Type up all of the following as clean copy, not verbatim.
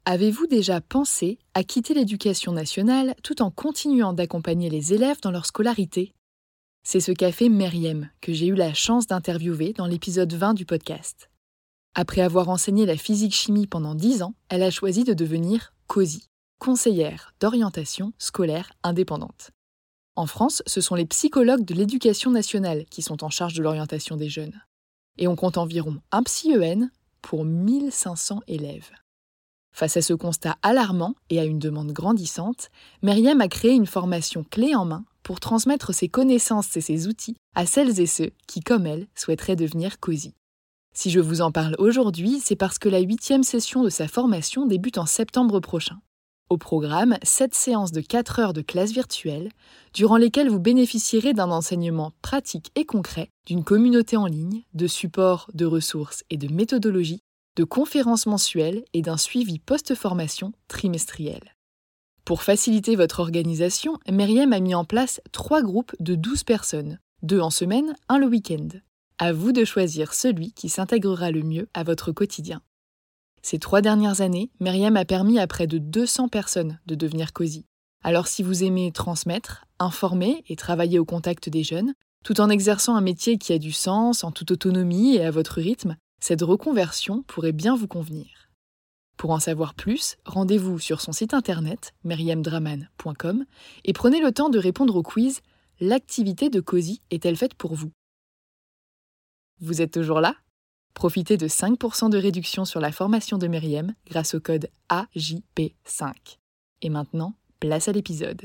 Avez-vous déjà pensé à quitter l'éducation nationale tout en continuant d'accompagner les élèves dans leur scolarité ? C'est ce qu'a fait Meriem, que j'ai eu la chance d'interviewer dans l'épisode 20 du podcast. Après avoir enseigné la physique-chimie pendant 10 ans, elle a choisi de devenir COSI, conseillère d'orientation scolaire indépendante. En France, ce sont les psychologues de l'éducation nationale qui sont en charge de l'orientation des jeunes. Et on compte environ un psy-EN pour 1500 élèves. Face à ce constat alarmant et à une demande grandissante, Meriem a créé une formation clé en main pour transmettre ses connaissances et ses outils à celles et ceux qui, comme elle, souhaiteraient devenir COSI. Si je vous en parle aujourd'hui, c'est parce que la 8e session de sa formation débute en septembre prochain. Au programme, 7 séances de 4 heures de classe virtuelle, durant lesquelles vous bénéficierez d'un enseignement pratique et concret, d'une communauté en ligne, de supports, de ressources et de méthodologies, de conférences mensuelles et d'un suivi post-formation trimestriel. Pour faciliter votre organisation, Meriem a mis en place 3 groupes de 12 personnes, 2 en semaine, 1 le week-end. À vous de choisir celui qui s'intégrera le mieux à votre quotidien. Ces 3 dernières années, Meriem a permis à près de 200 personnes de devenir COSI. Alors si vous aimez transmettre, informer et travailler au contact des jeunes, tout en exerçant un métier qui a du sens, en toute autonomie et à votre rythme, cette reconversion pourrait bien vous convenir. Pour en savoir plus, rendez-vous sur son site internet meriemdraman.com et prenez le temps de répondre au quiz « L'activité de COSI est-elle faite pour vous ?» Vous êtes toujours là ? Profitez de 5% de réduction sur la formation de Meriem grâce au code AJP5. Et maintenant, place à l'épisode.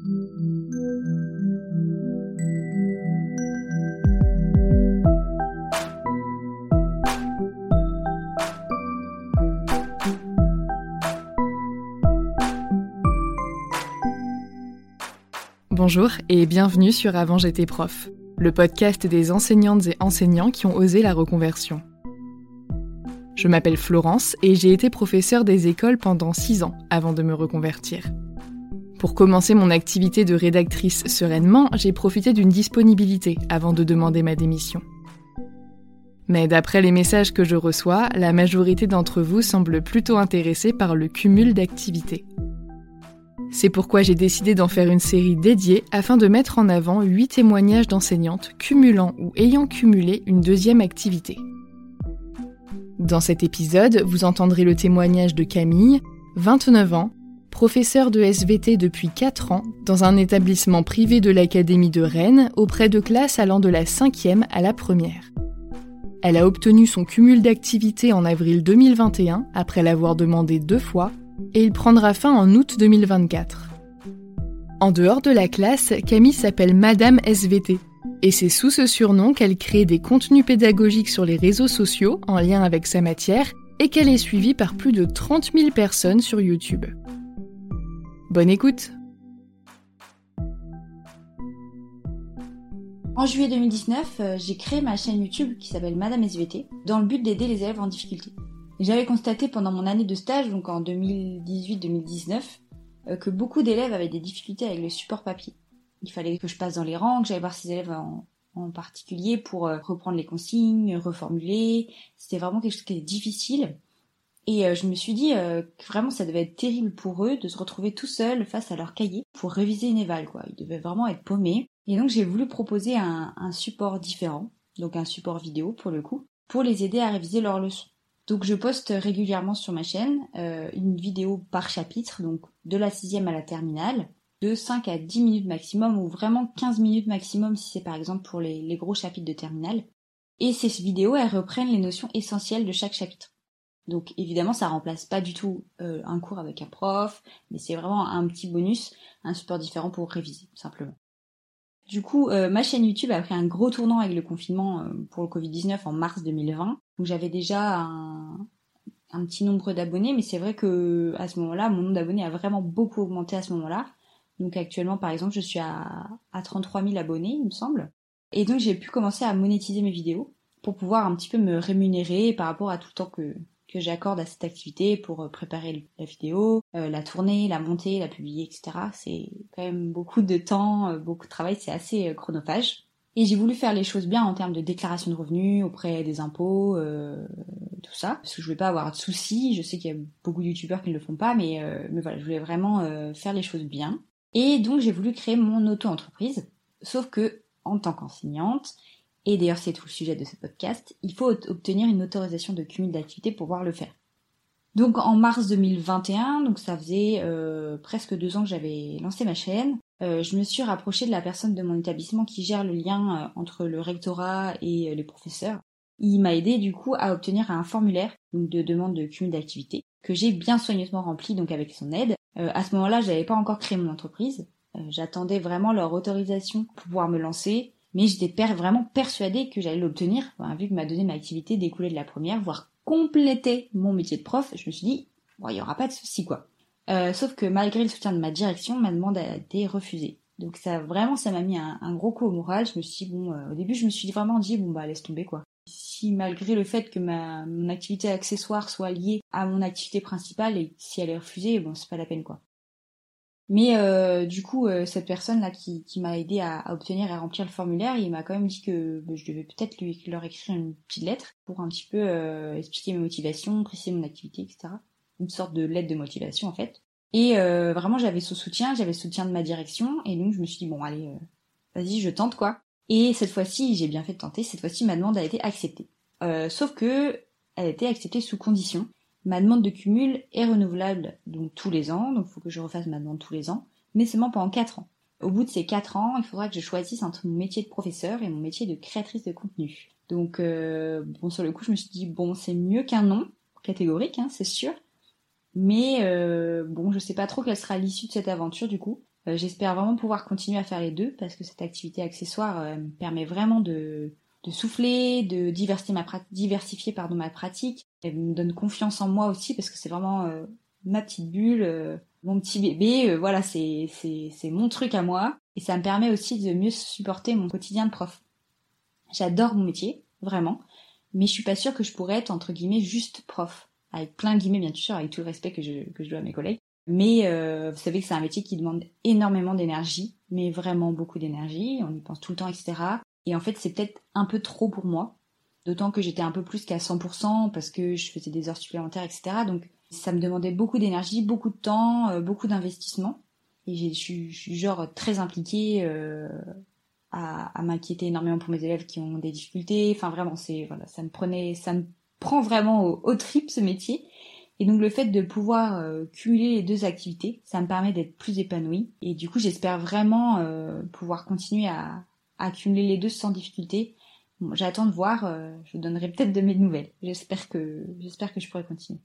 Bonjour et bienvenue sur Avant j'étais prof, le podcast des enseignantes et enseignants qui ont osé la reconversion. Je m'appelle Florence et j'ai été professeure des écoles pendant 6 ans avant de me reconvertir. Pour commencer mon activité de rédactrice sereinement, j'ai profité d'une disponibilité avant de demander ma démission. Mais d'après les messages que je reçois, la majorité d'entre vous semble plutôt intéressée par le cumul d'activités. C'est pourquoi j'ai décidé d'en faire une série dédiée afin de mettre en avant 8 témoignages d'enseignantes cumulant ou ayant cumulé une 2e activité. Dans cet épisode, vous entendrez le témoignage de Camille, 29 ans, professeure de SVT depuis 4 ans, dans un établissement privé de l'Académie de Rennes, auprès de classes allant de la 5e à la 1re. Elle a obtenu son cumul d'activités en avril 2021, après l'avoir demandé 2 fois, et il prendra fin en août 2024. En dehors de la classe, Camille s'appelle Madame SVT, et c'est sous ce surnom qu'elle crée des contenus pédagogiques sur les réseaux sociaux en lien avec sa matière et qu'elle est suivie par plus de 30 000 personnes sur YouTube. Bonne écoute! En juillet 2019, j'ai créé ma chaîne YouTube qui s'appelle Madame SVT, dans le but d'aider les élèves en difficulté. Et j'avais constaté pendant mon année de stage, donc en 2018-2019, que beaucoup d'élèves avaient des difficultés avec le support papier. Il fallait que je passe dans les rangs, que j'aille voir ces élèves en particulier pour reprendre les consignes, reformuler. C'était vraiment quelque chose qui était difficile. Et je me suis dit que vraiment ça devait être terrible pour eux de se retrouver tout seuls face à leur cahier pour réviser une éval, quoi. Ils devaient vraiment être paumés. Et donc j'ai voulu proposer un support différent, donc un support vidéo pour le coup, pour les aider à réviser leurs leçons. Donc je poste régulièrement sur ma chaîne une vidéo par chapitre, donc de la 6e à la terminale, de 5 à 10 minutes maximum, ou vraiment 15 minutes maximum si c'est par exemple pour les gros chapitres de terminale. Et ces vidéos, elles reprennent les notions essentielles de chaque chapitre. Donc évidemment, ça remplace pas du tout un cours avec un prof, mais c'est vraiment un petit bonus, un support différent pour réviser, simplement. Du coup, ma chaîne YouTube a pris un gros tournant avec le confinement pour le Covid-19 en mars 2020. Donc j'avais déjà un petit nombre d'abonnés, mais c'est vrai que à ce moment-là, mon nombre d'abonnés a vraiment beaucoup augmenté à ce moment-là. Donc actuellement, par exemple, je suis à 33 000 abonnés, il me semble. Et donc j'ai pu commencer à monétiser mes vidéos pour pouvoir un petit peu me rémunérer par rapport à tout le temps que j'accorde à cette activité pour préparer la vidéo, la tourner, la monter, la publier, etc. C'est quand même beaucoup de temps, beaucoup de travail, c'est assez chronophage. Et j'ai voulu faire les choses bien en termes de déclaration de revenus auprès des impôts, tout ça, parce que je voulais pas avoir de soucis. Je sais qu'il y a beaucoup de youtubeurs qui ne le font pas, mais voilà, je voulais vraiment faire les choses bien. Et donc j'ai voulu créer mon auto-entreprise, sauf que en tant qu'enseignante, et d'ailleurs c'est tout le sujet de ce podcast, il faut obtenir une autorisation de cumul d'activités pour pouvoir le faire. Donc en mars 2021, donc ça faisait presque 2 ans que j'avais lancé ma chaîne, je me suis rapprochée de la personne de mon établissement qui gère le lien entre le rectorat et les professeurs. Il m'a aidé du coup à obtenir un formulaire donc de demande de cumul d'activité que j'ai bien soigneusement rempli donc avec son aide. À ce moment-là, j'avais pas encore créé mon entreprise. J'attendais vraiment leur autorisation pour pouvoir me lancer, mais j'étais vraiment persuadée que j'allais l'obtenir, vu que ma deuxième activité découlait de la première, voire complétait mon métier de prof. Je me suis dit, bon, il y aura pas de souci quoi. Sauf que malgré le soutien de ma direction, ma demande a été refusée. Donc ça m'a mis un gros coup au moral. Je me suis dit, au début je me suis vraiment dit, laisse tomber quoi. Si malgré le fait que mon activité accessoire soit liée à mon activité principale, et si elle est refusée, c'est pas la peine quoi. Mais du coup, cette personne-là qui m'a aidé à obtenir et à remplir le formulaire, il m'a quand même dit que je devais peut-être leur écrire une petite lettre pour un petit peu expliquer mes motivations, préciser mon activité, etc. Une sorte de lettre de motivation en fait. Et vraiment, j'avais le soutien de ma direction, et donc je me suis dit, allez, vas-y, je tente quoi. Et cette fois-ci, j'ai bien fait de tenter, cette fois-ci ma demande a été acceptée. Sauf que elle a été acceptée sous condition. Ma demande de cumul est renouvelable donc tous les ans, donc il faut que je refasse ma demande tous les ans, mais seulement pendant 4 ans. Au bout de ces 4 ans, il faudra que je choisisse entre mon métier de professeur et mon métier de créatrice de contenu. Donc sur le coup, je me suis dit, c'est mieux qu'un non, catégorique, c'est sûr, mais je sais pas trop quelle sera l'issue de cette aventure du coup. J'espère vraiment pouvoir continuer à faire les deux, parce que cette activité accessoire me permet vraiment de souffler, de diversifier ma pratique. Elle me donne confiance en moi aussi, parce que c'est vraiment ma petite bulle, mon petit bébé. Voilà, c'est mon truc à moi. Et ça me permet aussi de mieux supporter mon quotidien de prof. J'adore mon métier, vraiment. Mais je suis pas sûre que je pourrais être, entre guillemets, juste prof. Avec plein de guillemets, bien sûr, avec tout le respect que je dois à mes collègues. Mais vous savez que c'est un métier qui demande énormément d'énergie, mais vraiment beaucoup d'énergie. On y pense tout le temps, etc. Et en fait, c'est peut-être un peu trop pour moi. D'autant que j'étais un peu plus qu'à 100% parce que je faisais des heures supplémentaires, etc. Donc ça me demandait beaucoup d'énergie, beaucoup de temps, beaucoup d'investissement. Et je suis genre très impliquée à m'inquiéter énormément pour mes élèves qui ont des difficultés. Enfin vraiment, ça me prend vraiment au trip ce métier. Et donc le fait de pouvoir cumuler les deux activités, ça me permet d'être plus épanouie. Et du coup, j'espère vraiment pouvoir continuer à cumuler les deux sans difficulté. J'attends de voir, je vous donnerai peut-être de mes nouvelles. J'espère que je pourrai continuer.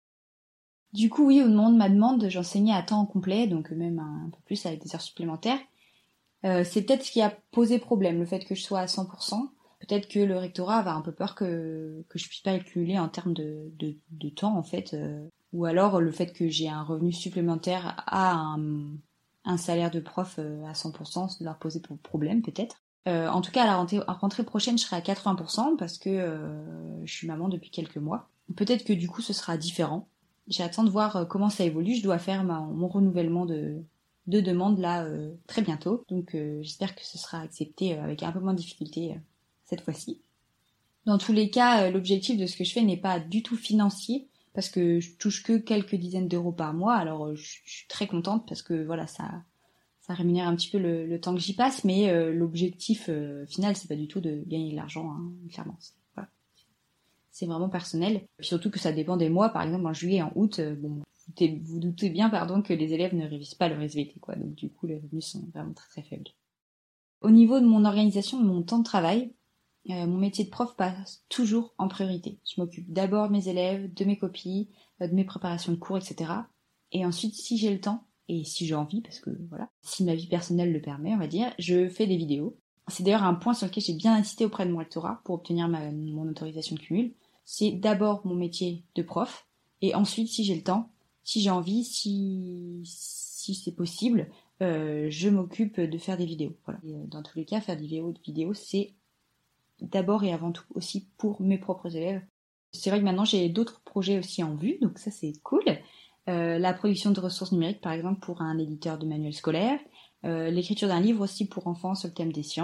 Du coup, oui, au moment de ma demande, j'enseignais à temps complet, donc même un peu plus avec des heures supplémentaires. C'est peut-être ce qui a posé problème, le fait que je sois à 100%. Peut-être que le rectorat avait un peu peur que je puisse pas le cumuler en termes de temps, en fait. Ou alors le fait que j'ai un revenu supplémentaire à un salaire de prof à 100%, ça leur posait problème, peut-être. En tout cas, à la rentrée prochaine, je serai à 80% parce que je suis maman depuis quelques mois. Peut-être que du coup, ce sera différent. J'attends de voir comment ça évolue. Je dois faire mon renouvellement de demande là très bientôt. Donc j'espère que ce sera accepté avec un peu moins de difficulté cette fois-ci. Dans tous les cas, l'objectif de ce que je fais n'est pas du tout financier parce que je touche que quelques dizaines d'euros par mois. Alors je suis très contente parce que voilà, ça rémunère un petit peu le temps que j'y passe, mais l'objectif final, c'est pas du tout de gagner de l'argent, clairement. C'est vraiment personnel. Puis surtout que ça dépend des mois. Par exemple, en juillet et en août, vous doutez bien, que les élèves ne révisent pas leur SVT, quoi. Donc du coup, les revenus sont vraiment très très faibles. Au niveau de mon organisation, de mon temps de travail, mon métier de prof passe toujours en priorité. Je m'occupe d'abord de mes élèves, de mes copies, de mes préparations de cours, etc. Et ensuite, si j'ai le temps, et si j'ai envie, parce que voilà, si ma vie personnelle le permet, on va dire, je fais des vidéos. C'est d'ailleurs un point sur lequel j'ai bien insisté auprès de mon rectorat pour obtenir mon autorisation de cumul. C'est d'abord mon métier de prof, et ensuite, si j'ai le temps, si j'ai envie, si c'est possible, je m'occupe de faire des vidéos. Voilà. Et dans tous les cas, faire des vidéos, c'est d'abord et avant tout aussi pour mes propres élèves. C'est vrai que maintenant, j'ai d'autres projets aussi en vue, donc ça, c'est cool. La production de ressources numériques, par exemple, pour un éditeur de manuels scolaires, l'écriture d'un livre aussi pour enfants sur le thème des sciences.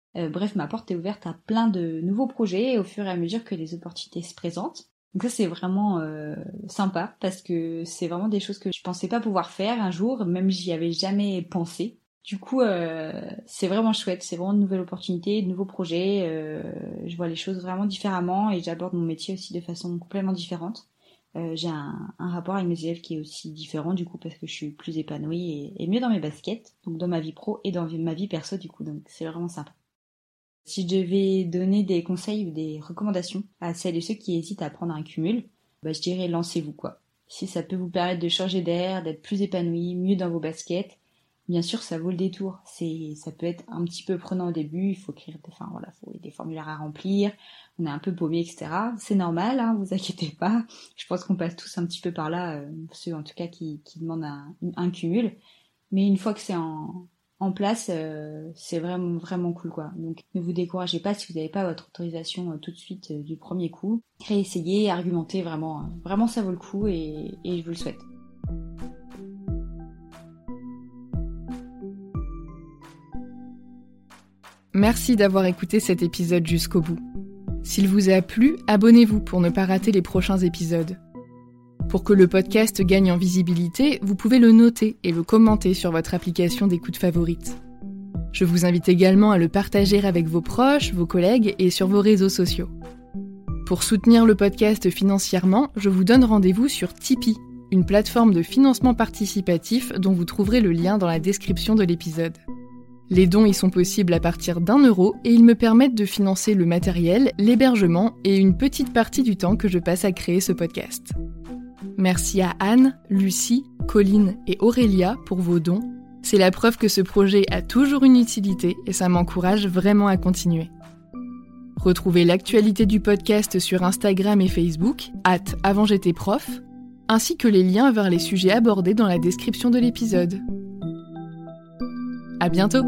Bref, ma porte est ouverte à plein de nouveaux projets au fur et à mesure que les opportunités se présentent. Donc ça, c'est vraiment sympa parce que c'est vraiment des choses que je pensais pas pouvoir faire un jour, même j'y avais jamais pensé. Du coup, c'est vraiment chouette, c'est vraiment de nouvelles opportunités, de nouveaux projets. Je vois les choses vraiment différemment et j'aborde mon métier aussi de façon complètement différente. J'ai un rapport avec mes élèves qui est aussi différent du coup parce que je suis plus épanouie et mieux dans mes baskets, donc dans ma vie pro et dans ma vie perso du coup, donc c'est vraiment sympa. Si je devais donner des conseils ou des recommandations à celles et ceux qui hésitent à prendre un cumul, je dirais lancez-vous quoi. Si ça peut vous permettre de changer d'air, d'être plus épanoui, mieux dans vos baskets, bien sûr ça vaut le détour. Ça peut être un petit peu prenant au début, il faut écrire faut des formulaires à remplir, on est un peu paumé, etc. C'est normal, hein, vous inquiétez pas. Je pense qu'on passe tous un petit peu par là, ceux en tout cas qui demandent un cumul. Mais une fois que c'est en place, c'est vraiment vraiment cool quoi. Donc ne vous découragez pas si vous n'avez pas votre autorisation tout de suite du premier coup. Réessayez, argumentez vraiment, vraiment ça vaut le coup et je vous le souhaite. Merci d'avoir écouté cet épisode jusqu'au bout. S'il vous a plu, abonnez-vous pour ne pas rater les prochains épisodes. Pour que le podcast gagne en visibilité, vous pouvez le noter et le commenter sur votre application d'écoute favorite. Je vous invite également à le partager avec vos proches, vos collègues et sur vos réseaux sociaux. Pour soutenir le podcast financièrement, je vous donne rendez-vous sur Tipeee, une plateforme de financement participatif dont vous trouverez le lien dans la description de l'épisode. Les dons y sont possibles à partir d'€1 et ils me permettent de financer le matériel, l'hébergement et une petite partie du temps que je passe à créer ce podcast. Merci à Anne, Lucie, Colline et Aurélia pour vos dons. C'est la preuve que ce projet a toujours une utilité et ça m'encourage vraiment à continuer. Retrouvez l'actualité du podcast sur Instagram et Facebook, @avantj'étaisprof, ainsi que les liens vers les sujets abordés dans la description de l'épisode. À bientôt!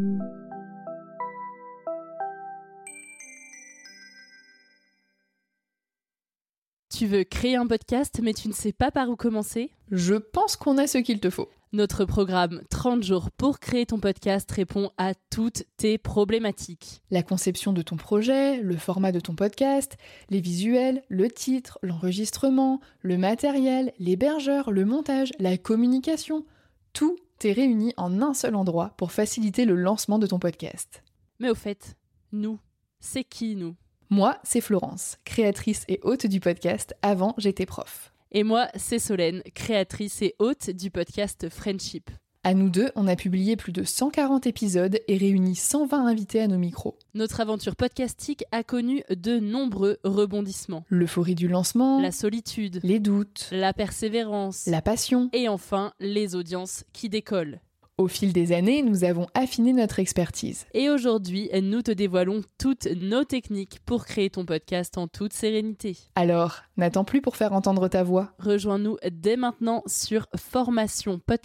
Tu veux créer un podcast mais tu ne sais pas par où commencer ? Je pense qu'on a ce qu'il te faut. Notre programme 30 jours pour créer ton podcast répond à toutes tes problématiques. La conception de ton projet, le format de ton podcast, les visuels, le titre, l'enregistrement, le matériel, l'hébergeur, le montage, la communication, tout est réuni en un seul endroit pour faciliter le lancement de ton podcast. Mais au fait, nous, c'est qui nous ? Moi, c'est Florence, créatrice et hôte du podcast Avant j'étais prof. Et moi, c'est Solène, créatrice et hôte du podcast Friendship. À nous deux, on a publié plus de 140 épisodes et réuni 120 invités à nos micros. Notre aventure podcastique a connu de nombreux rebondissements. L'euphorie du lancement, la solitude, les doutes, la persévérance, la passion et enfin les audiences qui décollent. Au fil des années, nous avons affiné notre expertise. Et aujourd'hui, nous te dévoilons toutes nos techniques pour créer ton podcast en toute sérénité. Alors, n'attends plus pour faire entendre ta voix. Rejoins-nous dès maintenant sur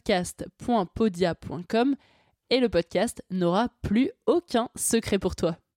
formationpodcast.podia.com et le podcast n'aura plus aucun secret pour toi.